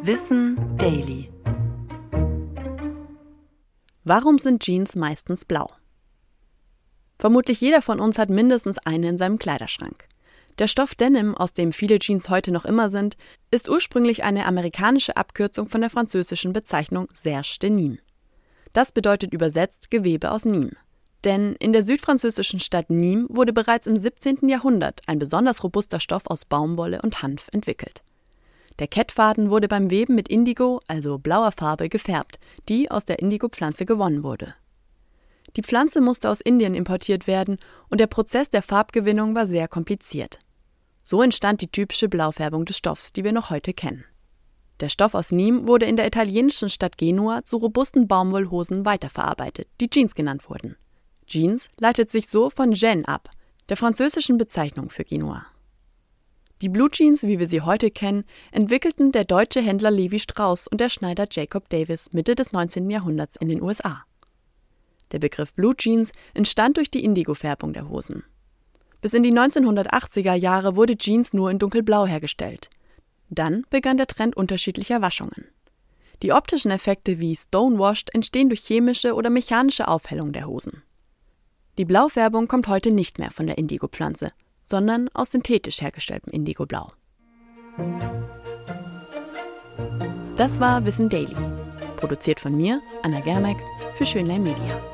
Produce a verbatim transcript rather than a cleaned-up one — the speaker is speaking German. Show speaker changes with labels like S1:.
S1: Wissen Daily. Warum sind Jeans meistens blau? Vermutlich jeder von uns hat mindestens eine in seinem Kleiderschrank. Der Stoff Denim, aus dem viele Jeans heute noch immer sind, ist ursprünglich eine amerikanische Abkürzung von der französischen Bezeichnung Serge de Nîmes. Das bedeutet übersetzt Gewebe aus Nîmes. Denn in der südfranzösischen Stadt Nîmes wurde bereits im siebzehnten Jahrhundert ein besonders robuster Stoff aus Baumwolle und Hanf entwickelt. Der Kettfaden wurde beim Weben mit Indigo, also blauer Farbe, gefärbt, die aus der Indigo-Pflanze gewonnen wurde. Die Pflanze musste aus Indien importiert werden und der Prozess der Farbgewinnung war sehr kompliziert. So entstand die typische Blaufärbung des Stoffs, die wir noch heute kennen. Der Stoff aus Nîmes wurde in der italienischen Stadt Genua zu robusten Baumwollhosen weiterverarbeitet, die Jeans genannt wurden. Jeans leitet sich so von Jean ab, der französischen Bezeichnung für Genua. Die Blue Jeans, wie wir sie heute kennen, entwickelten der deutsche Händler Levi Strauss und der Schneider Jacob Davis Mitte des neunzehnten Jahrhunderts in den U S A. Der Begriff Blue Jeans entstand durch die Indigo-Färbung der Hosen. Bis in die neunzehnhundertachtziger Jahre wurde Jeans nur in dunkelblau hergestellt. Dann begann der Trend unterschiedlicher Waschungen. Die optischen Effekte wie Stonewashed entstehen durch chemische oder mechanische Aufhellung der Hosen. Die Blaufärbung kommt heute nicht mehr von der Indigo-Pflanze, sondern aus synthetisch hergestelltem Indigoblau. Das war Wissen Daily, produziert von mir, Anna Germeck, für Schönlein Media.